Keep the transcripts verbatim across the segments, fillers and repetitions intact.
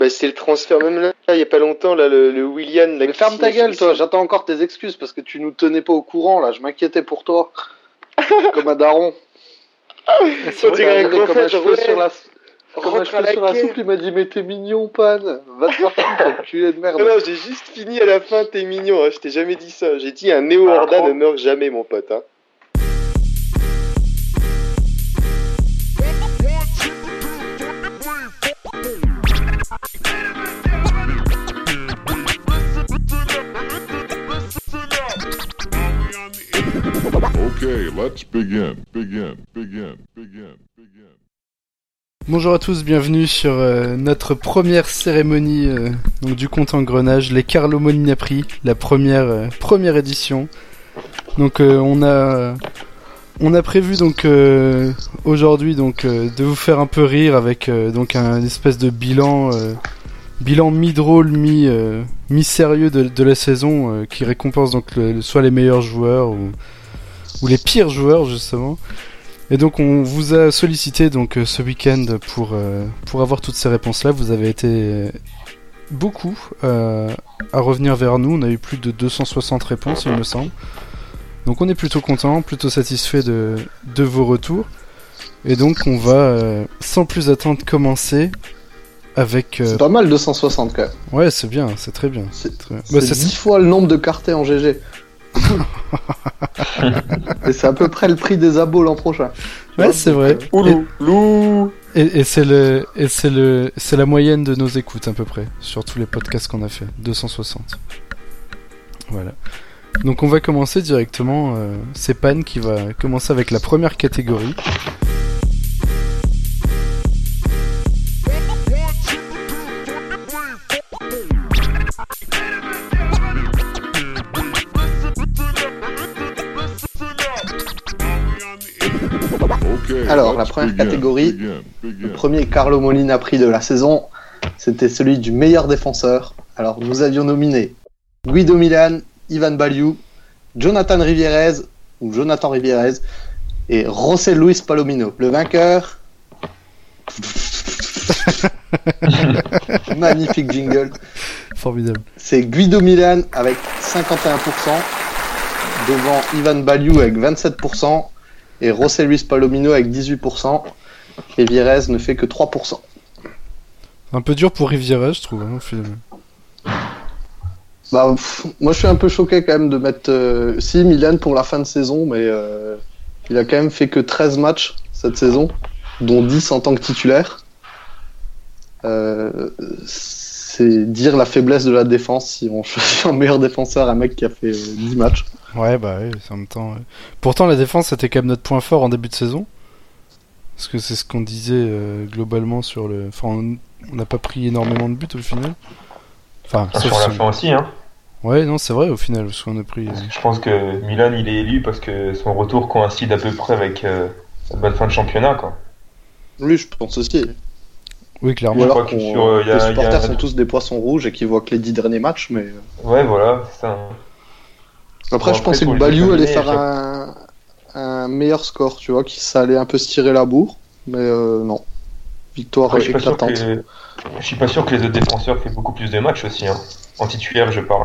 Bah, c'est le transfert même là, il y a pas longtemps, là, le, le Willian. Là, Mais ferme ta gueule, toi, j'attends encore tes excuses parce que tu nous tenais pas au courant, là, je m'inquiétais pour toi. Comme un daron. On dirait un grand comme un frère, cheveu ouais. sur la, comme un Rentre à cheveu la sur la guerre. soupe, il m'a dit, mais t'es mignon, Pan. Va te faire foutre, enculé de merde. Non, non, j'ai juste fini à la fin, t'es mignon, hein, je t'ai jamais dit ça. J'ai dit un Néo Ah, Horda trop. ne meurt jamais, mon pote. Hein. Okay, let's begin, begin, begin, begin, begin. Bonjour à tous, bienvenue sur euh, notre première cérémonie euh, donc du compte engrenage, les Carlo Molina Prix, la première euh, première édition. Donc euh, on a on a prévu donc euh, aujourd'hui donc euh, de vous faire un peu rire avec euh, donc un espèce de bilan euh, bilan mi-drôle, mi euh, mi-sérieux de, de la saison euh, qui récompense donc le, soit les meilleurs joueurs ou ou les pires joueurs justement. Et donc on vous a sollicité donc euh, ce week-end pour euh, pour avoir toutes ces réponses-là. Vous avez été euh, beaucoup euh, à revenir vers nous. On a eu plus de deux cent soixante réponses, il me semble. Donc on est plutôt content, plutôt satisfait de de vos retours. Et donc on va euh, sans plus attendre commencer avec. Euh... C'est pas mal deux cent soixante quand même. Ouais, c'est bien, c'est très bien. C'est, très bien. c'est Bah, c'est dix fois le nombre de cartés en G G. Et c'est à peu près le prix des abos l'an prochain. Tu Ouais, vois, c'est donc, vrai. euh, Oulou, loup. Et, et c'est le et c'est le c'est la moyenne de nos écoutes à peu près sur tous les podcasts qu'on a fait, deux cent soixante. Voilà. Donc on va commencer directement. Euh, c'est Pan qui va commencer avec la première catégorie. Okay, Alors, la let's première begin, catégorie, begin, begin. Le premier Carlo Molina Prix de la saison, c'était celui du meilleur défenseur. Alors nous avions nominé Guido Milan, Ivan Baliu, Jonathan Rivierez ou Jonathan Rivierez et José Luis Palomino. Le vainqueur. Magnifique jingle. Formidable. C'est Guido Milan avec cinquante et un pour cent, devant Ivan Baliu avec vingt-sept pour cent et José Luis Palomino avec dix-huit pour cent. Et Rivierez ne fait que trois pour cent. Un peu dur pour Riviera, je trouve, hein, finalement. Bah, pff, moi je suis un peu choqué quand même de mettre euh, si Milan pour la fin de saison, mais euh, il a quand même fait que treize matchs cette saison, dont dix en tant que titulaire. Euh, c'est dire la faiblesse de la défense si on choisit en meilleur défenseur un mec qui a fait euh, dix matchs. Ouais, bah oui, c'est en même temps. Ouais. Pourtant, la défense c'était quand même notre point fort en début de saison. Parce que c'est ce qu'on disait euh, globalement sur le. Enfin, on on n'a pas pris énormément de buts au final. Enfin, Ah, sauf sur la si- fin aussi, hein. Ouais, non, c'est vrai au final, parce qu'on a pris. euh, Parce que je pense que Milan, il est élu parce que son retour coïncide à peu près avec euh, la bonne fin de championnat, quoi. Lui, je pense aussi. Oui, Ou clairement. alors crois que qu'on- sur, euh, y a- les y a- supporters sont tous des poissons rouges et qu'ils voient que les dix derniers matchs, mais euh, Ouais, voilà, c'est ça. après Bon, je pensais pour que les Baliou allait éliminer, faire chaque- un... un meilleur score, tu vois, qu'il ça allait un peu se tirer la bourre, mais euh, non. Victoire Après, je suis pas sûr que éclatante. les... je suis pas sûr que les autres défenseurs fassent beaucoup plus de matchs aussi, hein. En titulaire, je parle.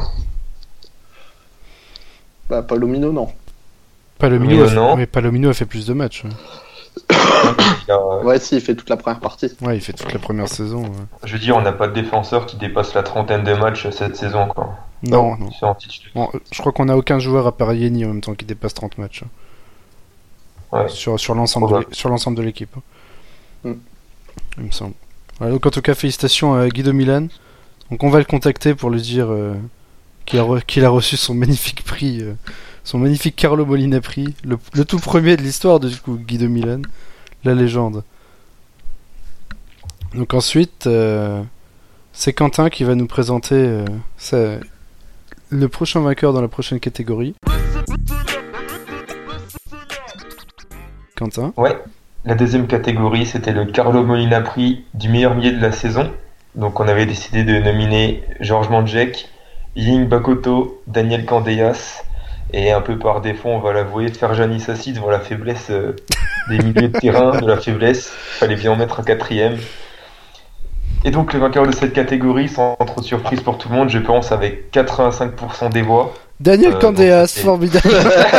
Bah, Palomino, non. Palomino, Palomino, a fait... non. ouais, Palomino a fait plus de matchs. Ouais, Il a- Ouais, si, il fait toute la première partie. Ouais, il fait toute la première saison. Ouais. Je veux dire, on n'a pas de défenseur qui dépasse la trentaine de matchs cette saison, quoi. Non, non. C'est en titulaire. Bon, euh, je crois qu'on a aucun joueur à part Yeni en même temps qui dépasse trente matchs. hein. Ouais. Sur, sur l'ensemble de Probable. l'é- sur l'ensemble de l'équipe. hein. Mm. Il me semble. Voilà, donc en tout cas, félicitations à Guido Milan. Donc on va le contacter pour lui dire euh, qu'il a, re- qu'il a reçu son magnifique prix, euh, son magnifique Carlo Molina Prix, le, le tout premier de l'histoire de du coup, Guido Milan, la légende. Donc ensuite, euh, c'est Quentin qui va nous présenter euh, sa- le prochain vainqueur dans la prochaine catégorie. Quentin. Ouais. La deuxième catégorie, c'était le Carlo Molina Prix du meilleur milieu de la saison. Donc on avait décidé de nominer Georges Mandžek, Ying Bakoto, Daniel Candeias, et un peu par défaut, on va l'avouer, Ferjani Sassi devant la faiblesse euh, des milieux de terrain, de la faiblesse. Fallait bien en mettre un quatrième. Et donc le vainqueur de cette catégorie, sans trop de surprise pour tout le monde, je pense avec quatre-vingt-cinq pour cent des voix. Daniel Euh, Candéas, donc, c'est- formidable.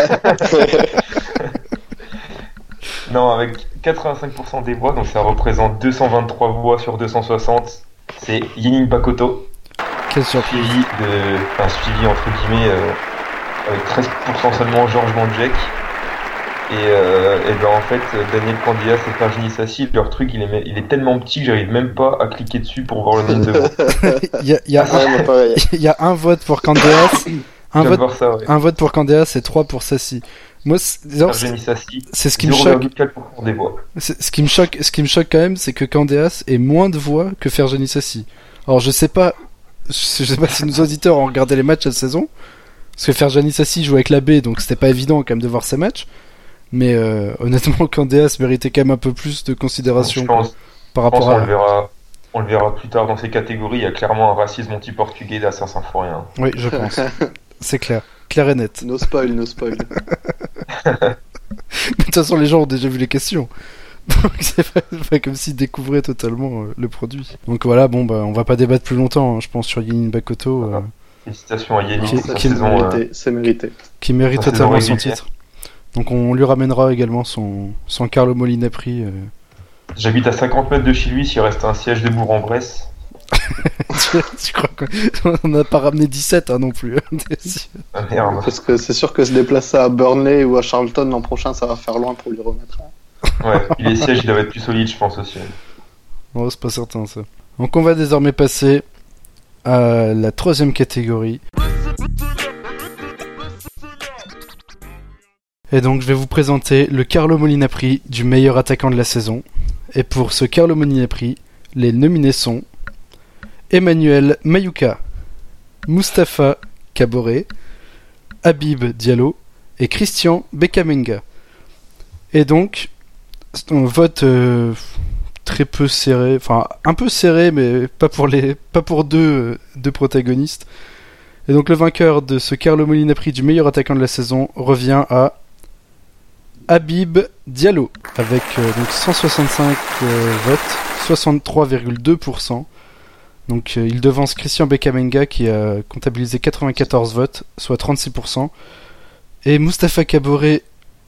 Non, avec quatre-vingt-cinq pour cent des voix, donc ça représente deux cent vingt-trois voix sur deux cent soixante. C'est Ying Bakoto, Quelle surprise. suivi de, enfin suivi entre guillemets euh, avec treize pour cent seulement Georges Mandjek. Et, euh, et ben en fait Daniel Candéas et Virginie Sassi, leur truc il est, il est tellement petit que j'arrive même pas à cliquer dessus pour voir le nombre de voix. Il y a, il y a un, Ouais, moi, pareil. il y a un vote pour Candéas, un Je viens de vote, voir ça, ouais. un vote pour Candéas et trois pour Sassi. Moi, c'est, genre, c'est- Virginie Sassi, c'est ce qui me zéro choque. virgule quatre pour cent des voix. C'est- Ce qui me choque, ce qui me choque quand même, c'est que Candéas ait moins de voix que Ferjani Sassi. Alors je sais pas, je sais pas si nos auditeurs ont regardé les matchs cette saison, parce que Ferjani Sassi jouait avec la B, donc c'était pas évident quand même de voir ses matchs. Mais euh, honnêtement, Candéas méritait quand même un peu plus de considération Je pense, par je pense rapport qu'on à. le verra, on le verra plus tard dans ces catégories. Il y a clairement un racisme anti-portugais d'Assin Symphorien. Oui, je pense. C'est clair, clair et net. No spoil, no spoil. Mais de toute façon, les gens ont déjà vu les questions. Donc c'est pas, c'est pas comme s'ils découvraient totalement euh, le produit. Donc voilà, bon bah on va pas débattre plus longtemps, hein, je pense, sur Yenin Bakoto, euh, Félicitations à Yannick Qui- pour sa qui- C'est saison. euh, mérité, c'est mérité. qui mérite Sa totalement saison son régulière. titre. Donc on lui ramènera également son, son Carlo Molina Prix. euh. J'habite à cinquante mètres de chez lui, s'il reste un siège de Bourg-en-Bresse. tu, tu crois qu'on n'a pas ramené dix-sept hein, non plus. Ah merde. Parce que c'est sûr que se déplacer à Burnley ou à Charlton l'an prochain, ça va faire loin pour lui remettre. Ouais, puis les sièges ils doivent être plus solides, je pense aussi. Non, c'est pas certain ça. Donc on va désormais passer à la troisième catégorie. Et donc je vais vous présenter le Carlo Molina Prix du meilleur attaquant de la saison. Et pour ce Carlo Molina Prix, les nominés sont Emmanuel Mayuka, Mustapha Kaboré, Habib Diallo et Christian Bekamenga. Et donc, c'est un vote euh, très peu serré, enfin un peu serré, mais pas pour les, pas pour deux, euh, deux protagonistes. Et donc le vainqueur de ce Carlo Molina Prix du meilleur attaquant de la saison revient à Habib Diallo avec euh, donc cent soixante-cinq euh, votes, soixante-trois virgule deux pour cent. Donc euh, il devance Christian Bekamenga qui a comptabilisé quatre-vingt-quatorze votes, soit trente-six pour cent. Et Mustapha Kaboré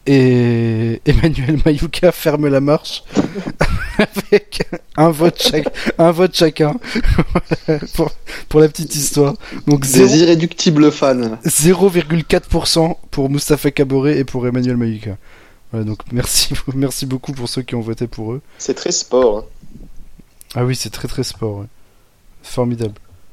et Emmanuel Mayuka ferment la marche avec un vote, chaque, un vote chacun pour, pour la petite histoire. Donc Des zéro- irréductibles fans. zéro virgule quatre pour cent pour Mustapha Kaboré et pour Emmanuel Mayuka. Voilà, donc merci, merci beaucoup pour ceux qui ont voté pour eux. C'est très sport. hein. Ah oui, c'est très très sport. Ouais. Formidable.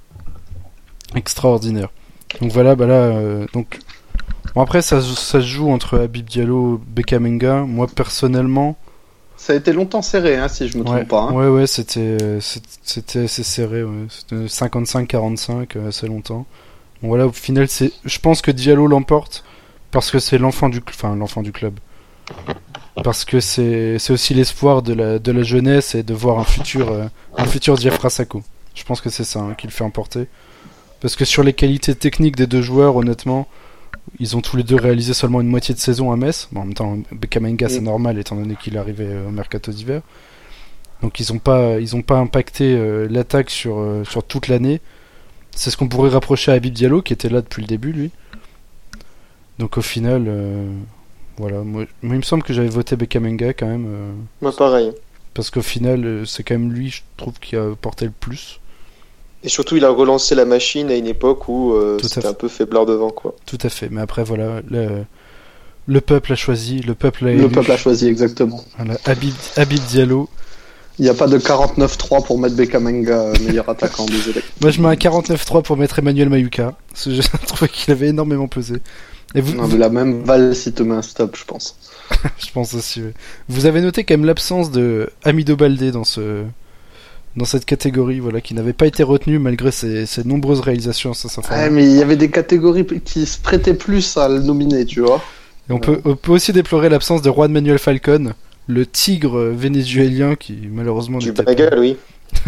Extraordinaire. Donc voilà, bah là, euh, donc bon après ça, ça se joue entre Habib Diallo, Bekamenga. Moi personnellement, Ça a été longtemps serré, hein, si je me trompe ouais, pas. Hein. ouais, ouais, c'était, euh, c'est- c'était assez serré. Ouais. C'était cinquante-cinq quarante-cinq, euh, assez longtemps. Bon voilà, au final, c'est, je pense que Diallo l'emporte parce que c'est l'enfant du, cl- enfin l'enfant du club. Parce que c'est, c'est aussi l'espoir de la, de la jeunesse et de voir un futur, euh, un futur Diafra Sakho. Je pense que c'est ça hein, qui le fait emporter. Parce que sur les qualités techniques des deux joueurs, honnêtement, ils ont tous les deux réalisé seulement une moitié de saison à Metz. Bon, en même temps, Bekamenga, c'est Mm. normal étant donné qu'il est arrivé euh, au mercato d'hiver. Donc ils n'ont pas, ils ont pas impacté euh, l'attaque sur, euh, sur toute l'année. C'est ce qu'on pourrait rapprocher à Habib Diallo, qui était là depuis le début, lui. Donc au final, euh, voilà. Moi, moi, il me semble que j'avais voté Bekamenga quand même. euh, Moi, pareil. parce qu'au final, euh, c'est quand même lui, je trouve, qui a porté le plus. Et surtout, il a relancé la machine à une époque où euh, Tout à c'était fait. un peu faiblard devant, quoi. Tout à fait. Mais après, voilà, le, le peuple a choisi, le peuple a Le élu. peuple a choisi, exactement. Voilà, Habib, Habib Diallo. Il n'y a pas de quarante-neuf trois pour mettre Bekamenga euh, meilleur attaquant, désolé. Moi, je mets un quarante-neuf trois pour mettre Emmanuel Mayuka. Parce que je trouvais qu'il avait énormément pesé. Et vous, Non, mais la même balle si te met un stop, je pense. je pense aussi. Ouais. Vous avez noté quand même l'absence de Amido Baldé dans ce, dans cette catégorie, voilà, qui n'avait pas été retenu malgré ses, ses nombreuses réalisations. Ça, ça fait Ouais, mais il y avait des catégories qui se prêtaient plus à le nominer, tu vois. Et on peut, on peut aussi déplorer l'absence de Juan Manuel Falcon, le tigre vénézuélien qui malheureusement Du n'était pas- Bengale, oui.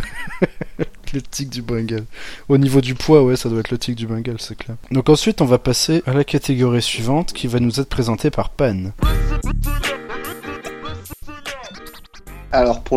le tigre du Bengale. Au niveau du poids, ouais, ça doit être le tigre du Bengale, c'est clair. Donc ensuite, on va passer à la catégorie suivante qui va nous être présentée par Pan. Alors, pour le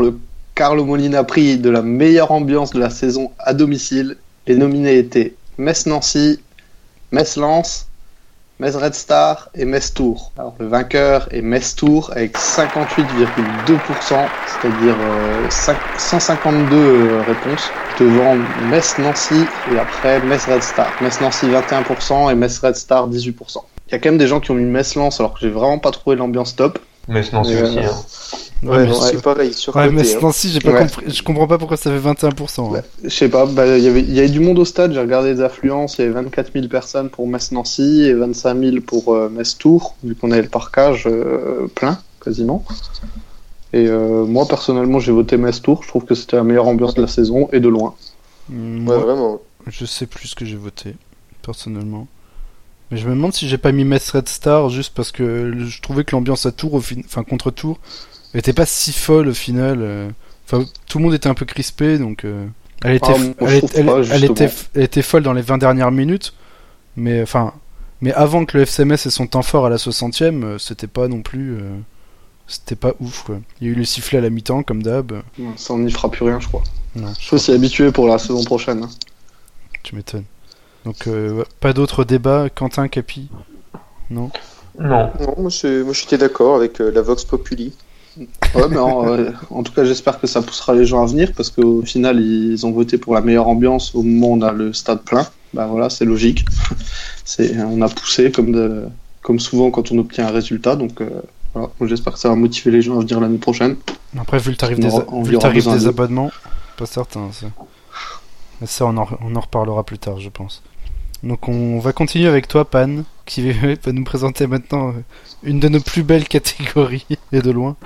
Carlo Molina prix de la meilleure ambiance de la saison à domicile. Les nominés étaient Metz-Nancy, Metz-Lens, Metz-Red Star et Metz-Tours. Alors le vainqueur est Metz-Tours avec cinquante-huit virgule deux pour cent, c'est-à-dire euh, cinq, cent cinquante-deux euh, réponses, devant Metz-Nancy et après Metz-Red Star. Metz-Nancy vingt et un pour cent et Metz-Red Star dix-huit pour cent. Il y a quand même des gens qui ont mis Metz-Lens alors que j'ai vraiment pas trouvé l'ambiance top. Metz-Nancy Mais, aussi. euh, Hein. Ouais, Ouais, mais c'est ouais. pareil, sur Ouais, côté, mais hein. Nancy, j'ai pas Ouais. compris. Je comprends pas pourquoi ça fait vingt et un pour cent. hein. Ouais. Je sais pas, bah, il y avait, il y avait du monde au stade, j'ai regardé les affluences, il y avait vingt-quatre mille personnes pour Metz-Nancy et vingt-cinq mille pour euh, Metz-Tours, vu qu'on avait le parcage euh, plein, quasiment. Et euh, moi, personnellement, j'ai voté Metz-Tours, je trouve que c'était la meilleure ambiance de la saison, et de loin. Hum, Ouais, moi, vraiment. je sais plus ce que j'ai voté, personnellement. Mais je me demande si j'ai pas mis Metz Red Star juste parce que je trouvais que l'ambiance à Tours, au fin... enfin contre Tours, était pas si folle au final. euh. Enfin, tout le monde était un peu crispé, donc euh, elle était, Ah, moi, je elle, trouve elle- pas, elle justement. était, elle était folle dans les vingt dernières minutes, mais enfin, mais avant que le F C M S ait son temps fort à la soixantième, euh, c'était pas non plus, euh, c'était pas ouf. Quoi. Il y a eu le sifflet à la mi-temps comme d'hab. Ça, on n'y fera plus rien, je crois. Non, Je faut s'y habituer pour la saison prochaine. hein. tu m'étonnes. Donc euh, ouais, pas d'autres débats, Quentin, Capi, non. Non. Non, moi, je- moi j'étais d'accord avec euh, la Vox Populi. Ouais, mais en, euh, en tout cas, j'espère que ça poussera les gens à venir, parce qu'au final, ils ont voté pour la meilleure ambiance au moment où on a le stade plein. Bah voilà, c'est logique. C'est, on a poussé comme, de, comme souvent quand on obtient un résultat, donc euh, voilà. Moi, j'espère que ça va motiver les gens à venir l'année prochaine. Après, vu le tarif On des, aura- a- on vu le aura tarif besoin des d'eux. abonnements, pas certain. Ça, Mais ça on, en, on en reparlera plus tard, je pense. Donc on va continuer avec toi, Pan, qui va nous présenter maintenant euh, une de nos plus belles catégories, et de loin.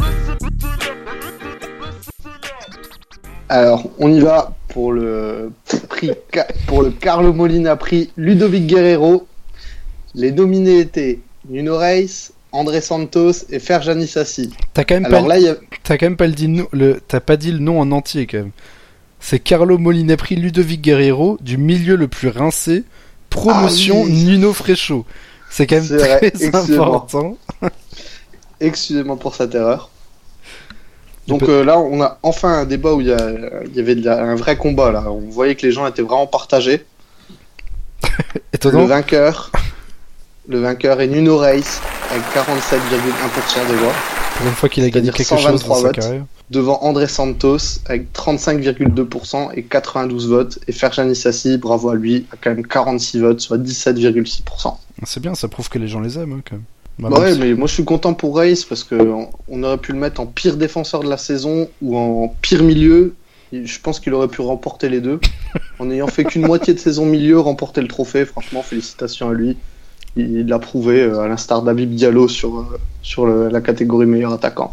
Alors, on y va pour le prix, Ca- pour le Carlo Molina prix Ludovic Guerreiro. Les nominés étaient Nuno Reis, André Santos et Ferjani Sassi. T'as quand même Alors pas, là, il y a... t'as quand même pas le dit no- le, t'as pas dit le nom en entier quand même. C'est Carlo Molina prix Ludovic Guerreiro du milieu le plus rincé, promotion Ah oui. Nuno Freixo. C'est quand même C'est vrai, très excusez-moi. important. Excusez-moi pour cette erreur. Il Donc peut- euh, là, on a enfin un débat où il y, a, il y avait de la- un vrai combat. Là, on voyait que les gens étaient vraiment partagés. Étonnant. Le vainqueur, le vainqueur est Nuno Reis avec quarante-sept virgule un pour cent des voix, Pour une fois qu'il a gagné c'est-à-dire quelque chose dans cent vingt-trois sa votes. carrière. devant André Santos avec trente-cinq virgule deux pour cent et quatre-vingt-douze votes, et Ferjani Sassi, bravo à lui, a quand même quarante-six votes, soit dix-sept virgule six pour cent. C'est bien, ça prouve que les gens les aiment hein, quand même. Bah, Bah même ouais, si- mais moi je suis content pour Reis parce que on, on aurait pu le mettre en pire défenseur de la saison ou en pire milieu. Et je pense qu'il aurait pu remporter les deux. En n'ayant fait qu'une moitié de saison milieu, remporter le trophée, franchement, félicitations à lui. Il il l'a prouvé, euh, à l'instar d'Habib Diallo sur, euh, sur le- la catégorie meilleur attaquant.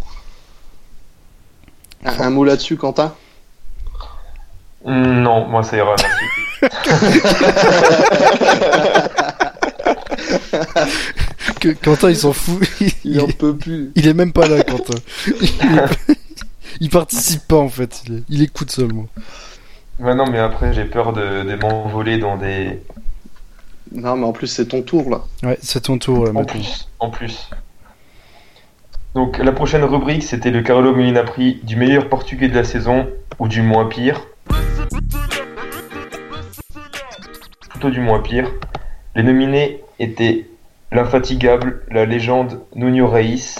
Un, un mot là-dessus, Quentin? Non, moi ça ira, merci. Que, Quentin il s'en fout. Il en peut plus. Il est même pas là, Quentin. Il, est- il participe pas en fait, il, est- il écoute seulement. Ouais, non, mais après j'ai peur de, de m'envoler dans des. Non, mais en plus, c'est ton tour là. Ouais, c'est ton tour là En maintenant. plus, en plus. Donc la prochaine rubrique c'était le Carlo Molina prix du meilleur portugais de la saison ou du moins pire. Plutôt du moins pire. Les nominés étaient l'infatigable, la légende Nuno Reis,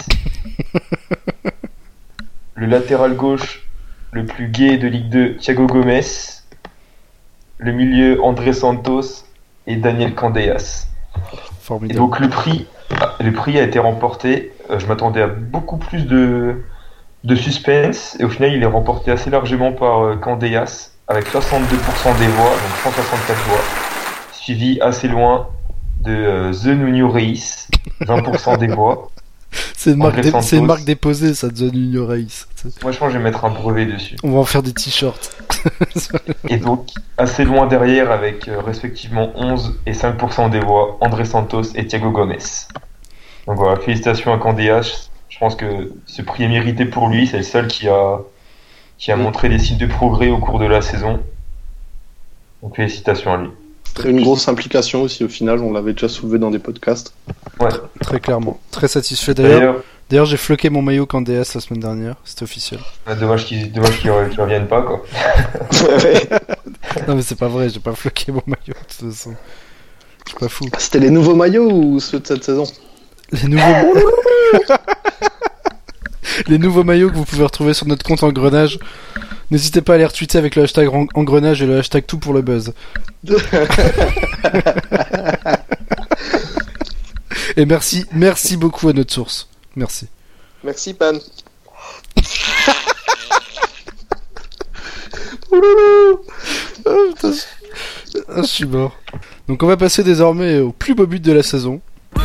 le latéral gauche le plus gai de Ligue deux Thiago Gomes, le milieu André Santos et Daniel Candeias. Et Formidable. donc le prix, le prix a été remporté. euh, je m'attendais à beaucoup plus de, de suspense et au final il est remporté assez largement par euh, Candeias avec soixante-deux pour cent des voix, donc cent soixante-quatre voix, suivi assez loin de euh, The Nuno Reis, vingt pour cent des voix. C'est une, marque André dé- Santos. c'est une marque déposée, ça, The Nuno Reis. Moi je pense que je vais mettre un brevet dessus. On va en faire des t-shirts. Et donc assez loin derrière avec euh, respectivement onze et cinq pour cent des voix, André Santos et Thiago Gomes. Donc voilà, félicitations à Candeias. Je pense que ce prix est mérité pour lui, c'est le seul qui a, qui a Mm. montré des signes de progrès au cours de la saison. Donc félicitations à lui. Très une grosse implication aussi au final, on l'avait déjà soulevé dans des podcasts. Ouais. Très clairement. Très satisfait d'ailleurs. D'ailleurs, D'ailleurs, j'ai floqué mon maillot Candeas la semaine dernière, c'était officiel. Ah, dommage qu'ils dommage qu'ils re- qu'ils reviennent pas, quoi. Ouais. Non, mais c'est pas vrai, j'ai pas floqué mon maillot de toute façon. Je suis pas fou. C'était les nouveaux maillots ou ceux de cette saison? Les nouveaux... les nouveaux maillots que vous pouvez retrouver sur notre compte Engrenage. N'hésitez pas à les retweeter avec le hashtag en- Engrenage et le hashtag tout pour le buzz. Et merci, merci beaucoup à notre source. Merci. Merci, Pan. Oh, putain, je... Ah, je suis mort. Donc on va passer désormais au plus beau but de la saison.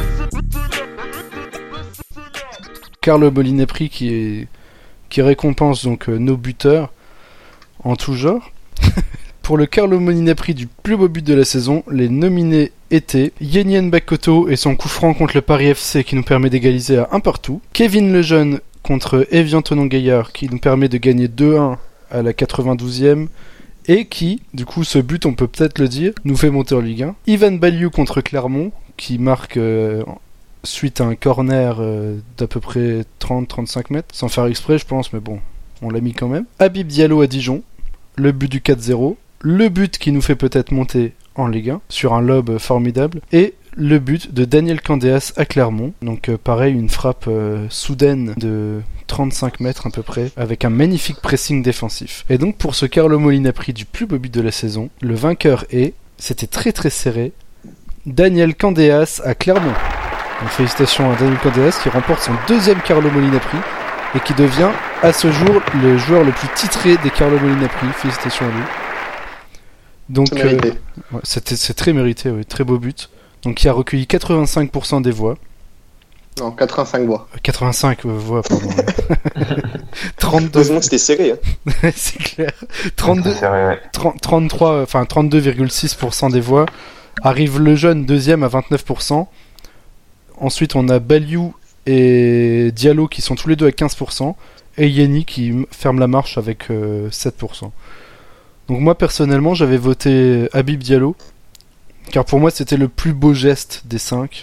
Carlo Molinapri qui est qui récompense donc euh, nos buteurs en tout genre. Pour le Carlo Molinapri du plus beau but de la saison, les nominés étaient Yenien Bakoto et son coup franc contre le Paris F C qui nous permet d'égaliser à un partout, Kevin Lejeune contre Evian Tonon-Gaillard qui nous permet de gagner deux un à la quatre-vingt-douzième et qui, du coup ce but on peut peut-être le dire, nous fait monter en Ligue un. Ivan Baliou contre Clermont qui marque euh, suite à un corner euh, d'à peu près trente à trente-cinq mètres, sans faire exprès je pense, mais bon, on l'a mis quand même. Habib Diallo à Dijon, le but du quatre zéro, le but qui nous fait peut-être monter en Ligue un, sur un lob formidable, et le but de Daniel Candeas à Clermont, donc euh, pareil, une frappe euh, soudaine de trente-cinq mètres à peu près, avec un magnifique pressing défensif. Et donc pour ce Carlo Molinapri du plus beau but de la saison, le vainqueur est, c'était très très serré, Daniel Candeas à Clermont. Donc félicitations à Daniel Candeas qui remporte son deuxième Carlo Molinapri et qui devient à ce jour le joueur le plus titré des Carlo Molinapri. Félicitations à lui. Donc C'est mérité. euh, ouais, c'était, c'est très mérité, oui, très beau but. Donc il a recueilli quatre-vingt-cinq pour cent des voix. Non, quatre-vingt-cinq voix. Euh, quatre-vingt-cinq euh, voix, pardon. Ouais. trente-deux, Heureusement que c'était serré. Hein. c'est clair. trente-deux, C'est vrai, ouais. trente, trente-trois, enfin trente-deux virgule six pour cent des voix. Arrive Lejeune deuxième à vingt-neuf pour cent. Ensuite on a Baliou et Diallo qui sont tous les deux à quinze pour cent. Et Yeni qui m- ferme la marche avec euh, sept pour cent. Donc moi personnellement j'avais voté Habib Diallo. Car pour moi c'était le plus beau geste des cinq.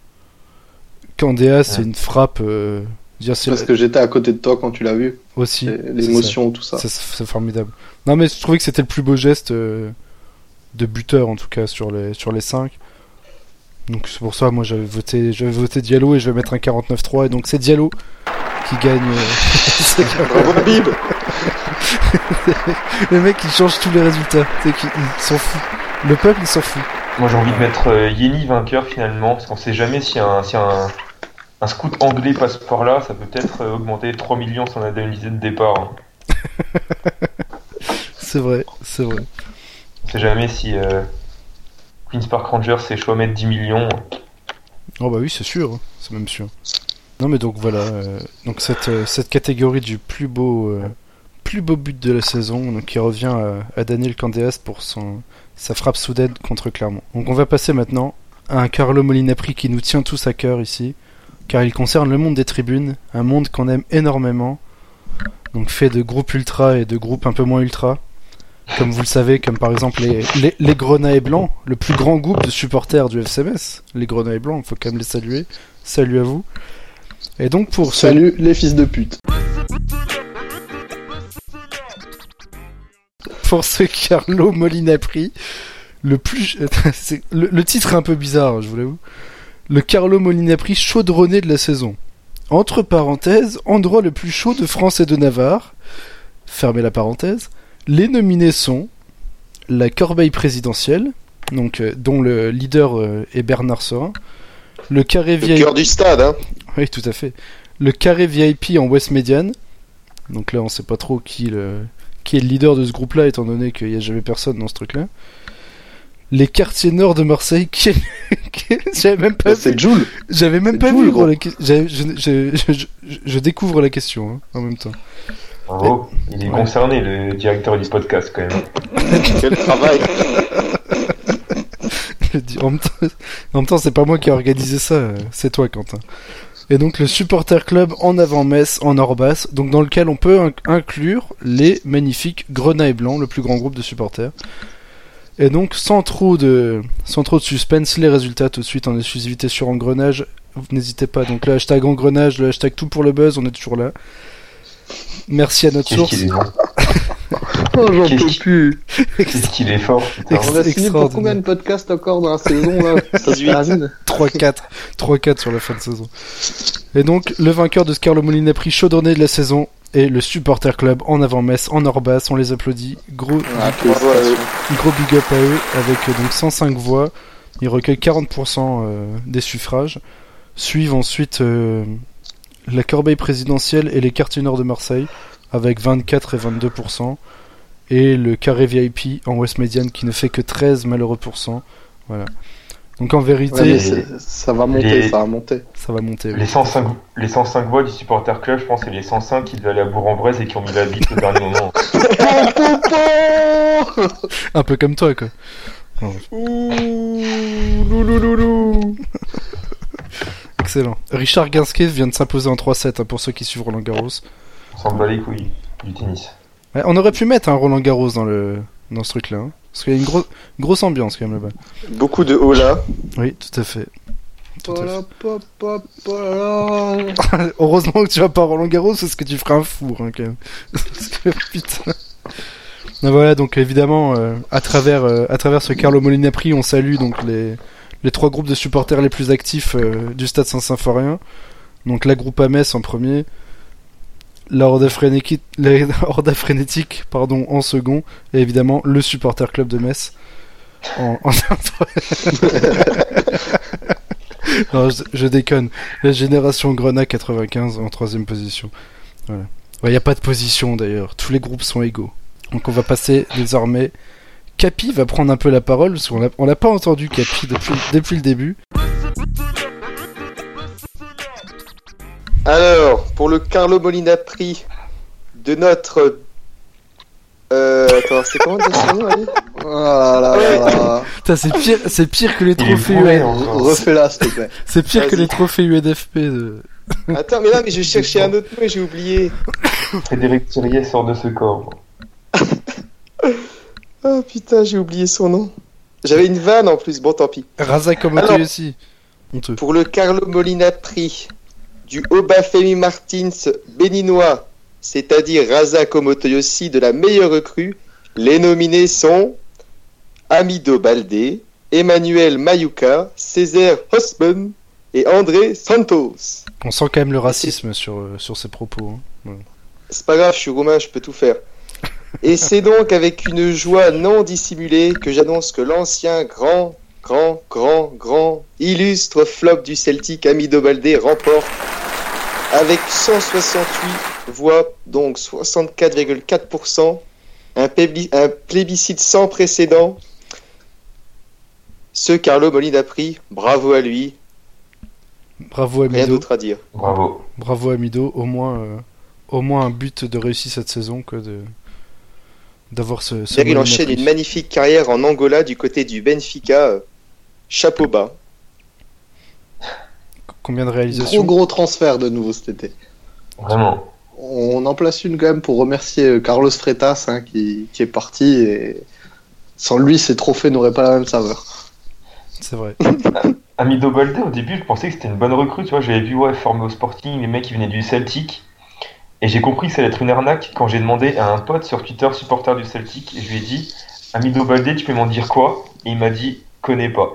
Candeas c'est Ouais. une frappe... Euh, dire, c'est Parce la- que j'étais à côté de toi quand tu l'as vu. aussi. Et c'est l'émotion, tout ça. ça. C'est, c'est formidable. Non mais je trouvais que c'était le plus beau geste euh, de buteur en tout cas sur les, sur les cinq. Donc c'est pour ça moi j'avais voté, j'avais voté Diallo et je vais mettre un quarante-neuf trois. Et donc c'est Diallo qui gagne... euh, c'est- Bravo, Habib. le mec il change tous les résultats. Tu sais, qu'il- il s'en fout. Le peuple il s'en fout. Moi j'ai envie de mettre euh, Yeni vainqueur finalement, parce qu'on sait jamais si un, si un, un scout anglais passe par là, ça peut peut-être euh, augmenter trois millions son indemnité de départ. Hein. C'est vrai, c'est vrai. On sait jamais si euh, Queen's Park Rangers c'est chaud à mettre dix millions. Oh bah oui, c'est sûr, hein, c'est même sûr. Non mais donc voilà, euh, donc cette, euh, cette catégorie du plus beau euh, plus beau but de la saison, donc qui revient à, à Daniel Candeas pour son sa frappe soudaine contre Clermont. Donc on va passer maintenant à un Carlo Molinapri qui nous tient tous à cœur ici, car il concerne le monde des tribunes, un monde qu'on aime énormément, donc fait de groupes ultra et de groupes un peu moins ultra. Comme vous le savez, comme par exemple les, les, les Grenats Blancs, le plus grand groupe de supporters du F C Metz. Les Grenats Blancs, il faut quand même les saluer. Salut à vous. Et donc pour ce... Salut les fils de pute. pour ce Carlo Molinapri, le plus... c'est... Le, le titre est un peu bizarre, je vous l'avoue. Le Carlo Molinapri chaudronné de la saison. Entre parenthèses, endroit le plus chaud de France et de Navarre. Fermez la parenthèse. Les nominés sont la Corbeille présidentielle, donc euh, dont le leader euh, est Bernard Serin, le carré Le V I P, cœur du stade, hein. oui tout à fait, le carré V I P en West Médiane, donc là on sait pas trop qui, le... qui est le leader de ce groupe-là étant donné qu'il y a jamais personne dans ce truc-là. Les quartiers nord de Marseille, qui est... qui est- j'avais même pas Bah, vu. c'est Joule. J'avais même c'est pas tout, vu le gros, gros. la que- j'avais- je, je, je, je, je découvre la question hein, en même temps. Bravo, il est Ouais. concerné le directeur du podcast quand même. Quel travail. Je dis, en, même temps, en même temps, c'est pas moi qui ai organisé ça, euh, c'est toi, Quentin. Et donc, le supporter club en avant-Metz, en Orbas, donc dans lequel on peut inc- inclure les magnifiques Grenats Blancs, le plus grand groupe de supporters. Et donc, sans trop de, sans trop de suspense, les résultats tout de suite en exclusivité sur Engrenage. vous n'hésitez pas. Donc le hashtag engrenage, le hashtag tout pour le buzz, on est toujours là. Merci à notre Qu'est-ce source. qu'il est bon. Oh, j'en Qu'est-ce peux qu'il- plus. Qu'est-ce qu'il est fort, putain. Ex- On a signé pour extraordinaire. combien de podcasts encore dans la saison là? Ça se termine. trois quatre. trois quatre sur la fin de saison. Et donc, le vainqueur de ce Carlo Molina Prix chaudronné de la saison est le Supporter Club en avant-Metz, en Orbas. On les applaudit. Gros, Ah, Bravo à eux. gros big up à eux, avec euh, donc cent cinq voix. Ils recueillent quarante pour cent euh, des suffrages. Suivent ensuite euh, la Corbeille présidentielle et les quartiers nord de Marseille, avec vingt-quatre et vingt-deux pour cent. Et le Carré V I P en West Médiane qui ne fait que treize malheureux pour cent. Voilà. Donc en vérité, Ouais, mais les- c'est- ça va monter, les- ça va monter. ça va monter. oui. Les cent cinq, les cent cinq voix du supporter club, je pense, c'est les cent cinq qui devaient aller à Bourg-en-Bresse et qui ont mis la bite au dernier moment. Un peu comme toi, quoi. Ouh, loulouloulou. Excellent. Richard Gasquet vient de s'imposer en trois sept hein, pour ceux qui suivent Roland Garros. On s'en bat les couilles du tennis. Ouais, on aurait pu mettre un Roland Garros dans le dans ce truc-là. Hein, parce qu'il y a une gro- grosse ambiance quand même là-bas. Beaucoup de hola. Oui, tout à fait. Tout à fait. Voilà, pop, pop, voilà. Heureusement que tu vas pas à Roland Garros parce que tu feras un four hein, quand même. Parce que, putain. Ben voilà, donc évidemment, euh, à travers euh, à travers ce Carlo Molina Prix, on salue donc les les trois groupes de supporters les plus actifs euh, du Stade Saint-Symphorien. Donc la groupe Metz en premier, la Horda Frénétique, la Horda Frénétique pardon, en second, et évidemment le Supporter Club de Metz en, en... Non, je, je déconne. La génération Grenat quatre-vingt-quinze en troisième position. Voilà. Il n'y a pas de position d'ailleurs. Tous les groupes sont égaux. Donc on va passer désormais. Capi va prendre un peu la parole parce qu'on l'a, on l'a pas entendu Capi depuis, depuis le début. Alors, pour le Carlo Molina Prix de notre. Euh. Attends, c'est comment déjà son nom, allez Voilà, là, là, là. Putain, c'est pire, c'est pire que les Il est trophées bourré, U N. encore. Refais-la, s'il te plaît. C'est pire que Vas-y. les trophées U N F P. De... Attends, mais là, mais je cherchais un autre mot et j'ai oublié. Frédéric Thirier sort de ce corps. Oh putain, j'ai oublié son nom. J'avais une vanne en plus, bon tant pis. Raza Komoto Alors- aussi. Honteux. Pour le Carlo Molina Prix du Obafemi Martins béninois, c'est-à-dire Raza Komotoyoshi de la meilleure recrue, les nominés sont Amido Baldé, Emmanuel Mayuka, Césaire Hosman et André Santos. On sent quand même le racisme sur, euh, sur ces propos. Hein. C'est pas grave, je suis roumain, je peux tout faire. Et c'est donc avec une joie non dissimulée que j'annonce que l'ancien grand, grand, grand, grand, illustre flop du Celtic, Amido Baldé, remporte avec cent soixante-huit voix, donc soixante-quatre virgule quatre pour cent, un, plébis- un plébiscite sans précédent. Ce Carlo Molina Prix, bravo à lui, Bravo rien Amido. d'autre à dire. Bravo. Bravo Amido. Au moins, euh, au moins un but de réussite cette saison que de d'avoir ce. ce C'est-à-dire qu'il Molina enchaîne Prix. une magnifique carrière en Angola du côté du Benfica, euh, chapeau bas. Combien de Gros réalisations? gros transfert de nouveau cet été. Vraiment. On en place une quand même pour remercier euh, Carlos Freitas hein, qui, qui est parti et sans lui ces trophées n'auraient pas la même saveur. C'est vrai. Amido Baldé, au début, je pensais que c'était une bonne recrue. Tu vois, j'avais vu ouais, formé au Sporting, les mecs qui venaient du Celtic. Et j'ai compris que ça allait être une arnaque quand j'ai demandé à un pote sur Twitter, supporter du Celtic, et je lui ai dit Amido Baldé, tu peux m'en dire quoi? Et il m'a dit connais pas.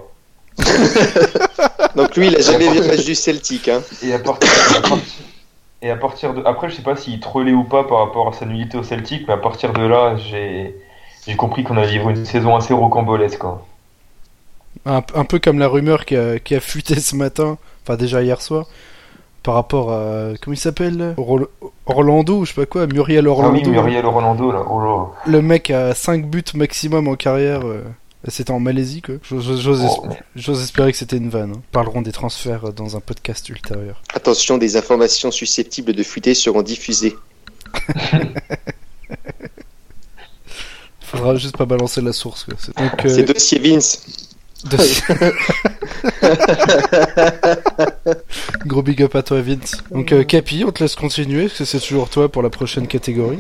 Donc lui, il a jamais vu le match du Celtic. Hein. Et à partir, et à partir- et à partir de. Après, je sais pas s'il trollait ou pas par rapport à sa nullité au Celtic, mais à partir de là, j'ai j'ai compris qu'on allait vivre une saison assez rocambolesque. Quoi. Un, un peu comme la rumeur qui a, qui a fuité ce matin, enfin déjà hier soir, par rapport à. Comment il s'appelle là Orl- Orlando, ou je sais pas quoi, Muriel Ah Orlando. oui, Muriel Rolando, là. Oh là. Le mec a cinq buts maximum en carrière. euh, C'était en Malaisie, quoi. J'ose, j'ose Oh, esp- mais- j'ose espérer que c'était une vanne. Hein. Parlerons des transferts dans un podcast ultérieur. Attention, des informations susceptibles de fuiter seront diffusées. Faudra juste pas balancer la source, quoi. C'est- Donc, euh, C'est dossier Vince. dossier- Gros big up à toi, Vince. Donc, euh, Capi, on te laisse continuer, parce que c'est toujours toi pour la prochaine catégorie.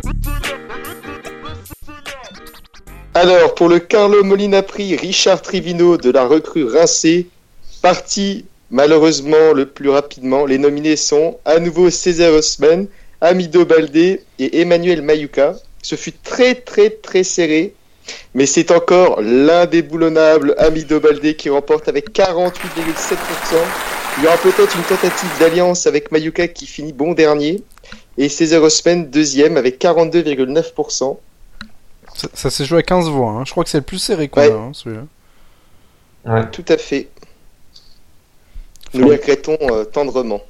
Alors, pour le Carlo Molina Prix, Richard Trivino de la recrue rincée, parti malheureusement le plus rapidement, les nominés sont à nouveau César Ousmane, Amido Baldé et Emmanuel Mayuka. Ce fut très très très serré, mais c'est encore l'indéboulonnable Amido Baldé qui remporte avec quarante-huit virgule sept pour cent. Il y aura peut-être une tentative d'alliance avec Mayuka qui finit bon dernier, et César Ousmane deuxième avec quarante-deux virgule neuf pour cent. Ça, ça s'est joué à quinze voix, hein. Je crois que c'est le plus serré qu'on Ouais. a, hein, celui-là. Ouais. Tout à fait. Nous le regrettons euh, tendrement.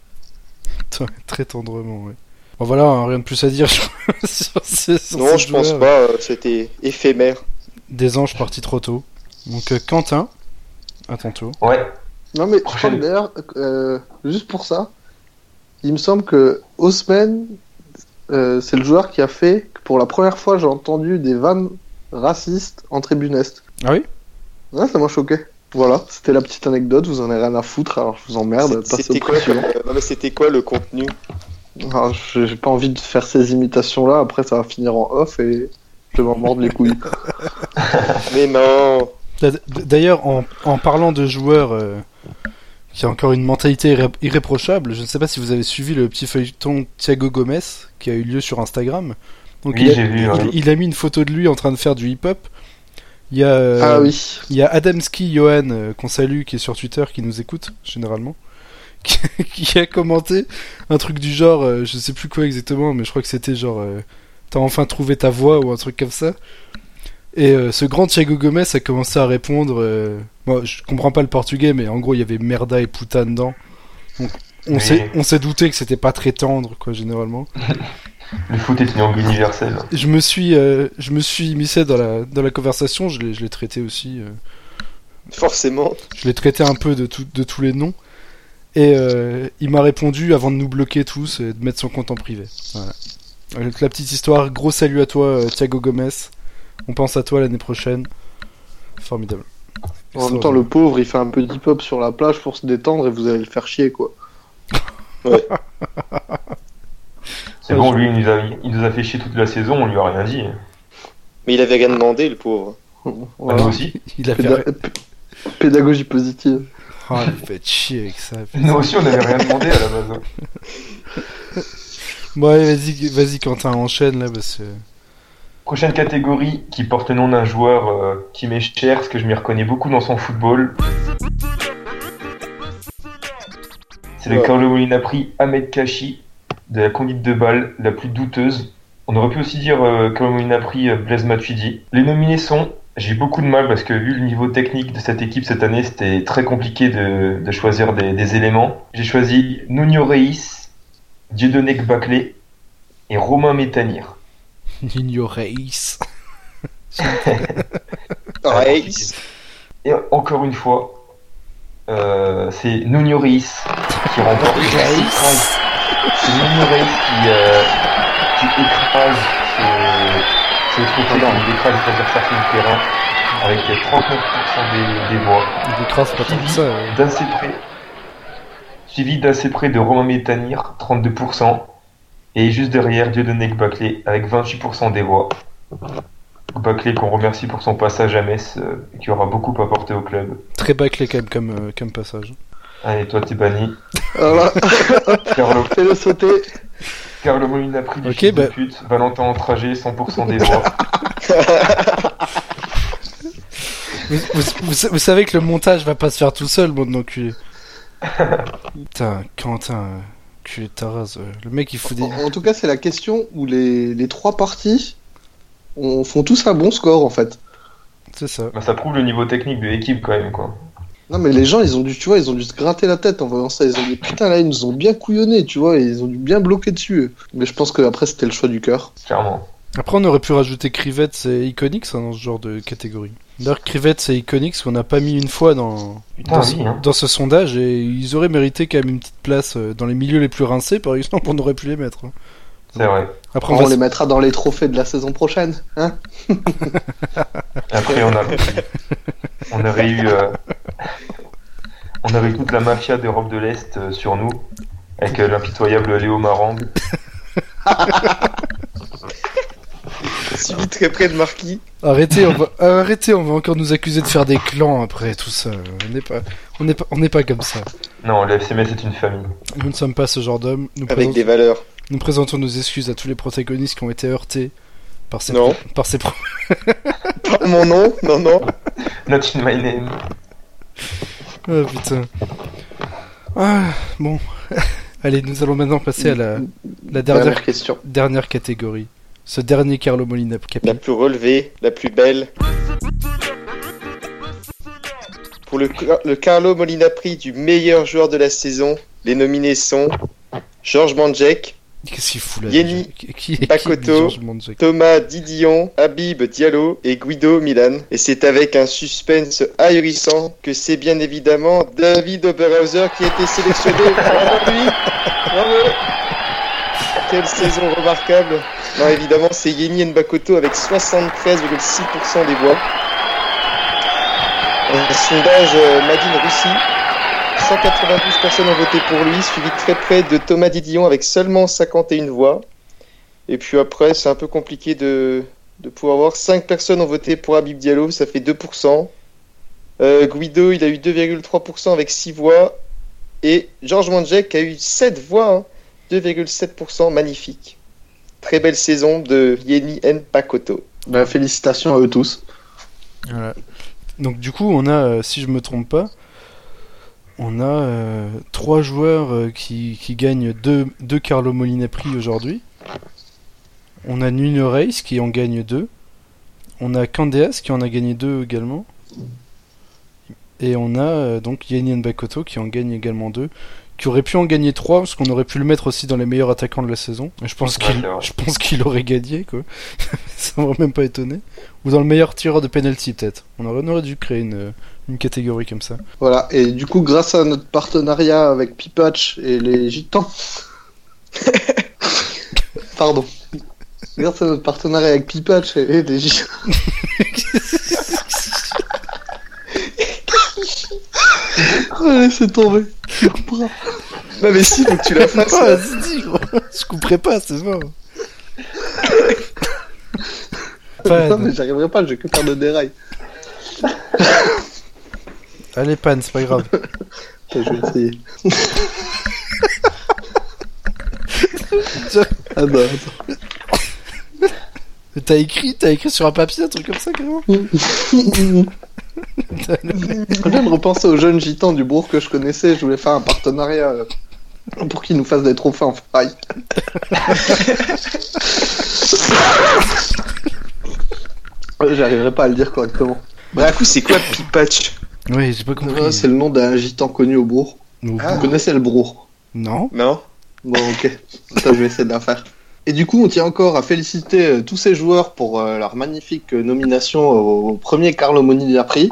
Très tendrement, ouais. Bon voilà, hein, rien de plus à dire sur ces sur Non, ces je pense joueurs. pas, euh, c'était éphémère. Des anges partis trop tôt. Donc euh, Quentin, à ton tour. Ouais. Non, mais je crois Prochaine. que d'ailleurs, euh, juste pour ça, il me semble que Ousmane, euh, c'est le joueur qui a fait que pour la première fois, j'ai entendu des vannes racistes en tribune Est. Ah oui? Ouais, ça m'a choqué. Voilà, c'était la petite anecdote, vous en avez rien à foutre, alors je vous emmerde, C'est- passez C'était au quoi, suivant. euh, non, mais c'était quoi le contenu? Ah, j'ai j'ai pas envie de faire ces imitations-là, après ça va finir en off et je vais m'en mordre les couilles. Mais non. D- D'ailleurs, en, en parlant de joueurs euh, qui a encore une mentalité irré- irréprochable, je ne sais pas si vous avez suivi le petit feuilleton Thiago Gomes qui a eu lieu sur Instagram. Donc Oui, il, a, j'ai vu, il, ouais. il a mis une photo de lui en train de faire du hip-hop. Il y a, euh, Ah oui. il y a Adamski Johan euh, qu'on salue qui est sur Twitter qui nous écoute généralement qui, qui a commenté un truc du genre euh, je sais plus quoi exactement mais je crois que c'était genre euh, t'as enfin trouvé ta voix ou un truc comme ça. Et euh, ce grand Thiago Gomes a commencé à répondre. Euh... Moi, je comprends pas le portugais, mais en gros, il y avait merda et puta dedans. Donc, on Oui. s'est, on s'est douté que c'était pas très tendre, quoi, généralement. Le foot est une langue universelle. Et je me suis, euh, je me suis immiscé dans la, dans la conversation. Je l'ai, je l'ai traité aussi. Euh... Forcément. Je l'ai traité un peu de, tout, de tous les noms. Et euh, il m'a répondu avant de nous bloquer tous et de mettre son compte en privé. Voilà. Donc, la petite histoire. Gros salut à toi, euh, Thiago Gomes. On pense à toi l'année prochaine. Formidable. En même temps, le pauvre, il fait un peu d'hip-hop sur la plage pour se détendre et vous allez le faire chier, quoi. C'est bon, lui, il nous, a, il nous a fait chier toute la saison, on lui a rien dit. Mais il avait rien demandé, le pauvre. Voilà. Nous aussi. Il a fait... Péda- p- Pédagogie positive. Oh, il fait chier avec ça. Nous aussi, on n'avait rien demandé à la base. hein. Bon, allez, vas-y, vas-y, Quentin, enchaîne là, parce que. Prochaine catégorie qui porte le nom d'un joueur euh, qui m'est cher, parce que je m'y reconnais beaucoup dans son football. C'est le Ouais. Carlo Molina Prix Ahmed Kachi, de la conduite de balle la plus douteuse. On aurait pu aussi dire euh, Carlo Molina Prix euh, Blaise Matuidi. Les nominés sont, j'ai eu beaucoup de mal parce que vu le niveau technique de cette équipe cette année, c'était très compliqué de, de choisir des, des éléments. J'ai choisi Nuno Reis, Dieudonné Baklé et Romain Métanire. Nino Reis. Ouais. Et encore une fois, euh, c'est Nuno Reis qui remporte. Reis. C'est Nuno Reis qui, euh, qui écrase ce, ce trophée, il écrase les adversaires sur le terrain avec trente-neuf pour cent des, des voix. Il écrase pas tant que ça. ouais. D'assez près, suivi d'assez près de Romain Métanire, trente-deux pour cent. Et juste derrière, Dieudonné Baklé avec vingt-huit pour cent des voix. Baklé qu'on remercie pour son passage à Metz, euh, qui aura beaucoup apporté au club. Très bâclé quand même comme, euh, comme passage. Allez, toi t'es banni. Voilà, Carlo, fais-le sauter. Carlo Molina Prix du Ok, fils bah- de pute. Valentin Entragé, cent pour cent des voix. Vous, vous, vous- vous savez que le montage va pas se faire tout seul, bande d'enculés. Putain, Quentin, euh, culé de ta race. euh. Le mec il fout des. En, en tout cas, c'est la question où les, les trois parties on, font tous un bon score, en fait. C'est ça. Bah, ça prouve le niveau technique de l'équipe quand même, quoi. Non, mais les gens, ils ont dû, tu vois, ils ont dû se gratter la tête en voyant ça. Ils ont dit, putain, là, ils nous ont bien couillonnés, tu vois, et ils ont dû bien bloquer dessus. Mais je pense que après, c'était le choix du cœur. Clairement. Après, on aurait pu rajouter Crivets et Iconix hein, dans ce genre de catégorie. D'ailleurs, Crivets et Iconix qu'on n'a pas mis une fois dans, Putain, dans, oui, ce, hein. dans ce sondage et ils auraient mérité quand même une petite place euh, dans les milieux les plus rincés, par exemple, on aurait pu les mettre. hein. C'est vrai. Après, On, on va les s- mettra dans les trophées de la saison prochaine, hein. Après, on a, on aurait eu, euh, on aurait eu toute la mafia d'Europe de l'Est euh, sur nous, avec euh, l'impitoyable Léo Marang. suivi très près de Marquis. Arrêtez, on va, arrêtez, on va encore nous accuser de faire des clans après tout ça. On n'est pas, on n'est pas, on n'est pas comme ça. Non, le F C Metz est une famille. Nous ne sommes pas ce genre d'hommes. Nous, Avec présentons, des valeurs. nous présentons nos excuses à tous les protagonistes qui ont été heurtés par ces, Non. pro- par ces pro- Pas mon nom, non, non. Not in my name. Ah putain. Ah, bon. Allez, nous allons maintenant passer à la, la dernière, Dernière question. dernière catégorie. Ce dernier Carlo Molina Capi. La plus relevée, la plus belle. Pour le, le Carlo Molina Prix du meilleur joueur de la saison, les nominés sont Georges Mandžek, Qu'est-ce qu'il fout là Yeni déjà Qui, qui, qui Bakoto, dit Georges Mandžek Thomas Didion, Habib Diallo et Guido Milan. Et c'est avec un suspense ahurissant que c'est bien évidemment David Oberhauser qui a été sélectionné. Bravo lui. Bravo. Quelle saison remarquable. Non, évidemment, c'est Yeni Bakoto avec soixante-treize virgule six pour cent des voix. Un sondage euh, Made in Russie. cent quatre-vingt-douze personnes ont voté pour lui, suivi de très près de Thomas Didion avec seulement cinquante et une voix. Et puis après, c'est un peu compliqué de, de pouvoir voir. cinq personnes ont voté pour Habib Diallo, ça fait deux pour cent. Euh, Guido, il a eu deux virgule trois pour cent avec six voix. Et Georges Mandžek a eu sept voix, hein, deux virgule sept pour cent, magnifique. Très belle saison de Yeni Bakoto. Bah, félicitations à eux tous. Voilà. Donc du coup, on a, euh, si je me trompe pas, on a euh, trois joueurs euh, qui, qui gagnent deux, deux Carlo Molina Prix aujourd'hui. On a Nuno Reis qui en gagne deux. On a Candeias qui en a gagné deux également. Et on a euh, donc Yeni Bakoto qui en gagne également deux. Qui aurait pu en gagner trois parce qu'on aurait pu le mettre aussi dans les meilleurs attaquants de la saison. Je pense Ouais, qu'il, c'est vrai. je pense qu'il aurait gagné quoi. Ça m'aurait même pas étonné. Ou dans le meilleur tireur de penalty peut-être. On aurait, on aurait dû créer une, une catégorie comme ça. Voilà, et du coup, grâce à notre partenariat avec Pipatch et les Gitans. Pardon. Grâce à notre partenariat avec Pipatch et les Gitans. Oh, laissez tomber. Tu couperas. Non mais si, faut que tu la fasses. Ah, vas-y, dis, gros. Je couperai pas, c'est mort. Non, mais j'arriverai pas, j'ai que faire de dérail. Allez, Pan, c'est pas grave. Attends, je vais essayer. Ah bah, attends. T'as écrit, t'as écrit sur un papier, un truc comme ça, carrément. Je viens de repenser aux jeunes gitans du bourg que je connaissais. Je voulais faire un partenariat euh, pour qu'ils nous fassent des trophées en ferraille. J'arriverai pas à le dire correctement. Du coup, c'est quoi Pipatch? Oui, j'ai pas compris. Ouais, c'est le nom d'un gitan connu au bourg. Nous- Ah. Vous connaissez le bourg? Non. Non. Bon, ok. Ça, je vais essayer de la faire. Et du coup, on tient encore à féliciter euh, tous ces joueurs pour euh, leur magnifique euh, nomination au premier Carlo Molina Prix.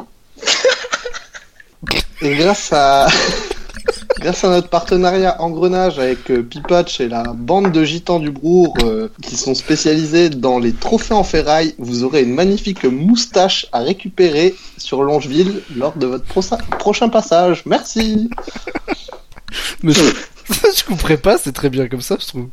Et grâce à grâce à notre partenariat Engrenage avec euh, Pipatch et la bande de gitans du Brour euh, qui sont spécialisés dans les trophées en ferraille, vous aurez une magnifique moustache à récupérer sur Longeville lors de votre prosa- prochain passage. Merci. Mais je... je couperai pas, c'est très bien comme ça, je trouve.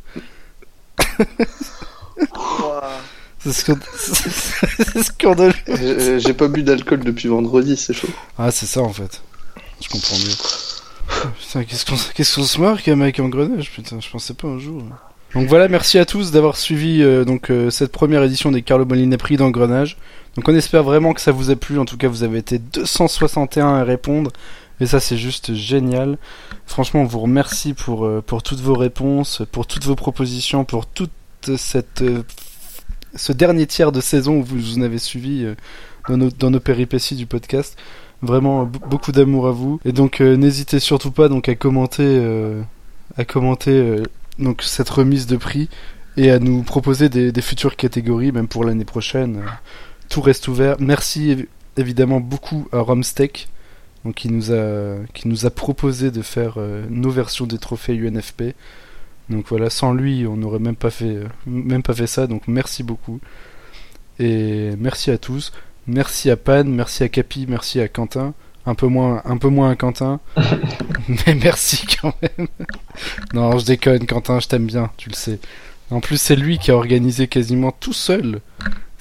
C'est scand- c'est scandaleux. Euh, J'ai pas bu d'alcool depuis vendredi, c'est chaud. Ah, c'est ça en fait. Je comprends mieux. Putain, qu'est-ce qu'on qu'est-ce qu'on se marque, un mec en grenage, putain, je pensais pas un jour. Donc voilà, merci à tous d'avoir suivi euh, donc euh, cette première édition des Carlo Molina Prix d'Engrenage. Donc on espère vraiment que ça vous a plu. En tout cas, vous avez été deux cent soixante et un à répondre. Et ça, c'est juste génial. Franchement, on vous remercie pour, euh, pour toutes vos réponses, pour toutes vos propositions, pour toute cette, euh, ce dernier tiers de saison où vous nous avez suivis euh, dans, nos, dans nos péripéties du podcast. Vraiment, b- beaucoup d'amour à vous. Et donc, euh, n'hésitez surtout pas donc, à commenter, euh, à commenter euh, donc, cette remise de prix et à nous proposer des, des futures catégories, même pour l'année prochaine. Euh, tout reste ouvert. Merci év- évidemment beaucoup à Romsteak. Donc, qui nous a qui nous a proposé de faire euh, nos versions des trophées U N F P. Donc voilà, sans lui, on n'aurait même pas fait euh, même pas fait ça. Donc merci beaucoup et merci à tous. Merci à Pan, merci à Capi, merci à Quentin. Un peu moins un peu moins à Quentin, mais merci quand même. Non, je déconne, Quentin, je t'aime bien, tu le sais. En plus, c'est lui qui a organisé quasiment tout seul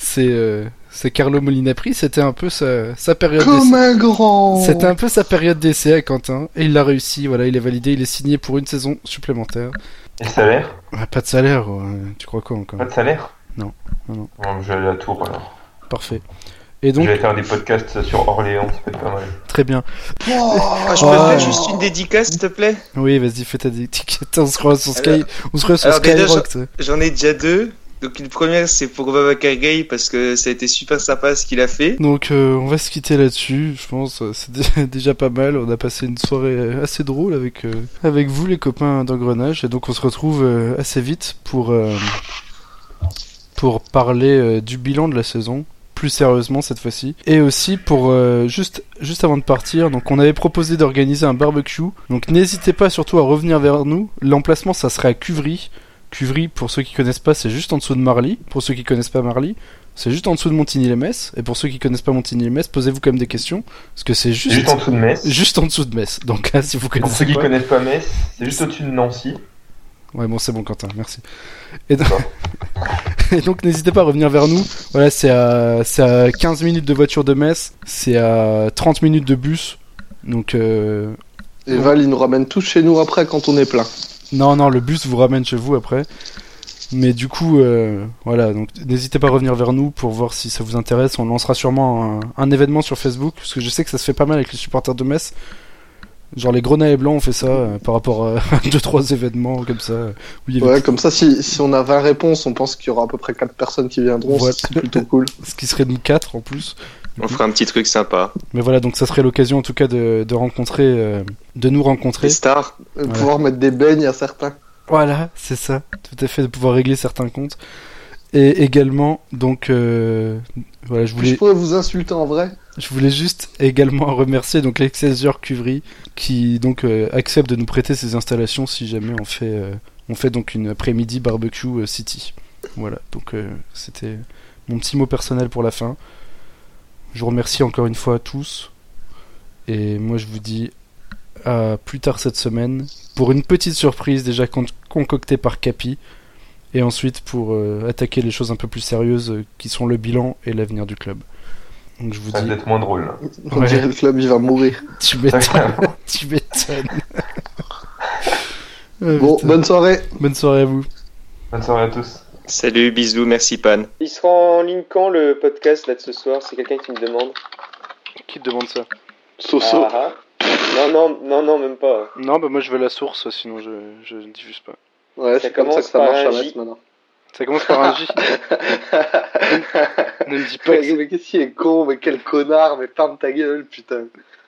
c'est euh, c'est Carlo Molinapri. C'était un peu sa, sa période Comme d'essai. un grand. C'était un peu sa période d'essai à Quentin. Et il l'a réussi. Voilà, il est validé. Il est signé pour une saison supplémentaire. Et le salaire? Ah, pas de salaire. Ouais. Tu crois quoi encore? Pas de salaire? Non. Non, non. Bon, je vais aller à Tours alors. Parfait. Et donc, Je vais faire des podcasts sur Orléans, ça peut être pas mal. très bien. Ah, je peux Ouais. te faire juste une dédicace, s'il te plaît? Oui, vas-y, fais ta étiquette. On se croit sur Sky. Alors- On se croit sur alors déjà, Skyrock. tu sais. J'en ai déjà deux. Donc une première, c'est pour Babacar Gueye parce que ça a été super sympa ce qu'il a fait. Donc euh, on va se quitter là-dessus, je pense, euh, c'est dé- déjà pas mal, on a passé une soirée euh, assez drôle avec, euh, avec vous les copains d'Engrenage, et donc on se retrouve euh, assez vite pour, euh, pour parler euh, du bilan de la saison, plus sérieusement cette fois-ci, et aussi pour, euh, juste, juste avant de partir, donc on avait proposé d'organiser un barbecue, donc n'hésitez pas surtout à revenir vers nous, l'emplacement ça serait à Cuvry. Cuvry, pour ceux qui connaissent pas, c'est juste en dessous de Marly. Pour ceux qui connaissent pas Marly, c'est juste en dessous de Montigny-les-Metz. Et pour ceux qui connaissent pas Montigny-les-Metz, posez-vous quand même des questions, parce que c'est juste, Juste en dessous de Metz. juste en dessous de Metz. Donc là, si vous Pour connaissez ceux qui pas... connaissent pas Metz, c'est juste au-dessus de Nancy. Ouais, bon, c'est bon, Quentin, merci. Et donc, et donc n'hésitez pas à revenir vers nous. Voilà, c'est à, c'est à quinze minutes de voiture de Metz, c'est à trente minutes de bus. Donc, euh... Et Val, il nous ramène tous chez nous après quand on est plein. non, non, le bus vous ramène chez vous après. Mais du coup, euh, voilà, donc n'hésitez pas à revenir vers nous pour voir si ça vous intéresse. On lancera sûrement un, un événement sur Facebook, parce que je sais que ça se fait pas mal avec les supporters de Metz. Genre les Grenats Blancs, on fait ça euh, par rapport à deux trois événements comme ça. euh, Où il y avait Ouais, comme ça, si, si on a vingt réponses, on pense qu'il y aura à peu près quatre personnes qui viendront. Ouais. C'est plutôt cool. ce qui serait nous quatre en plus. On fera un petit truc sympa. Mais voilà, donc ça serait l'occasion en tout cas de, de rencontrer, euh, de nous rencontrer. Les stars. Euh, Ouais. Pouvoir mettre des beignes à certains. Voilà, c'est ça, tout à fait, de pouvoir régler certains comptes. Et également, donc, euh, voilà, je Je voulais, pourrais vous insulter en vrai. je voulais juste également remercier donc l'Excelsior Cuvry qui donc euh, accepte de nous prêter ses installations si jamais on fait, euh, on fait donc une après-midi barbecue euh, city. Voilà, donc euh, c'était mon petit mot personnel pour la fin. Je vous remercie encore une fois à tous. Et moi je vous dis à plus tard cette semaine pour une petite surprise déjà con- concoctée par Capi. Et ensuite pour euh, attaquer les choses un peu plus sérieuses euh, qui sont le bilan et l'avenir du club. Donc je vous Ça dis, va être moins drôle. là. On Ouais. dirait le club, il va mourir. tu m'étonnes, tu m'étonnes. Ah, Bon, putain. bonne soirée. Bonne soirée à vous. Bonne soirée à tous. Salut, bisous, merci Pan. Il sera en ligne quand le podcast là de ce soir? C'est quelqu'un qui me demande. Qui te demande ça? Soso. Ah, ah. Non, non, non, non, même pas. Non, bah moi je veux la source, sinon je, je ne diffuse pas. Ouais, Ça c'est comme ça commence que ça par marche un à J. Metz maintenant. Ça commence par un J. Ne me dis pas que Mais qu'est-ce qu'il est con, mais quel connard, mais ferme ta gueule, putain.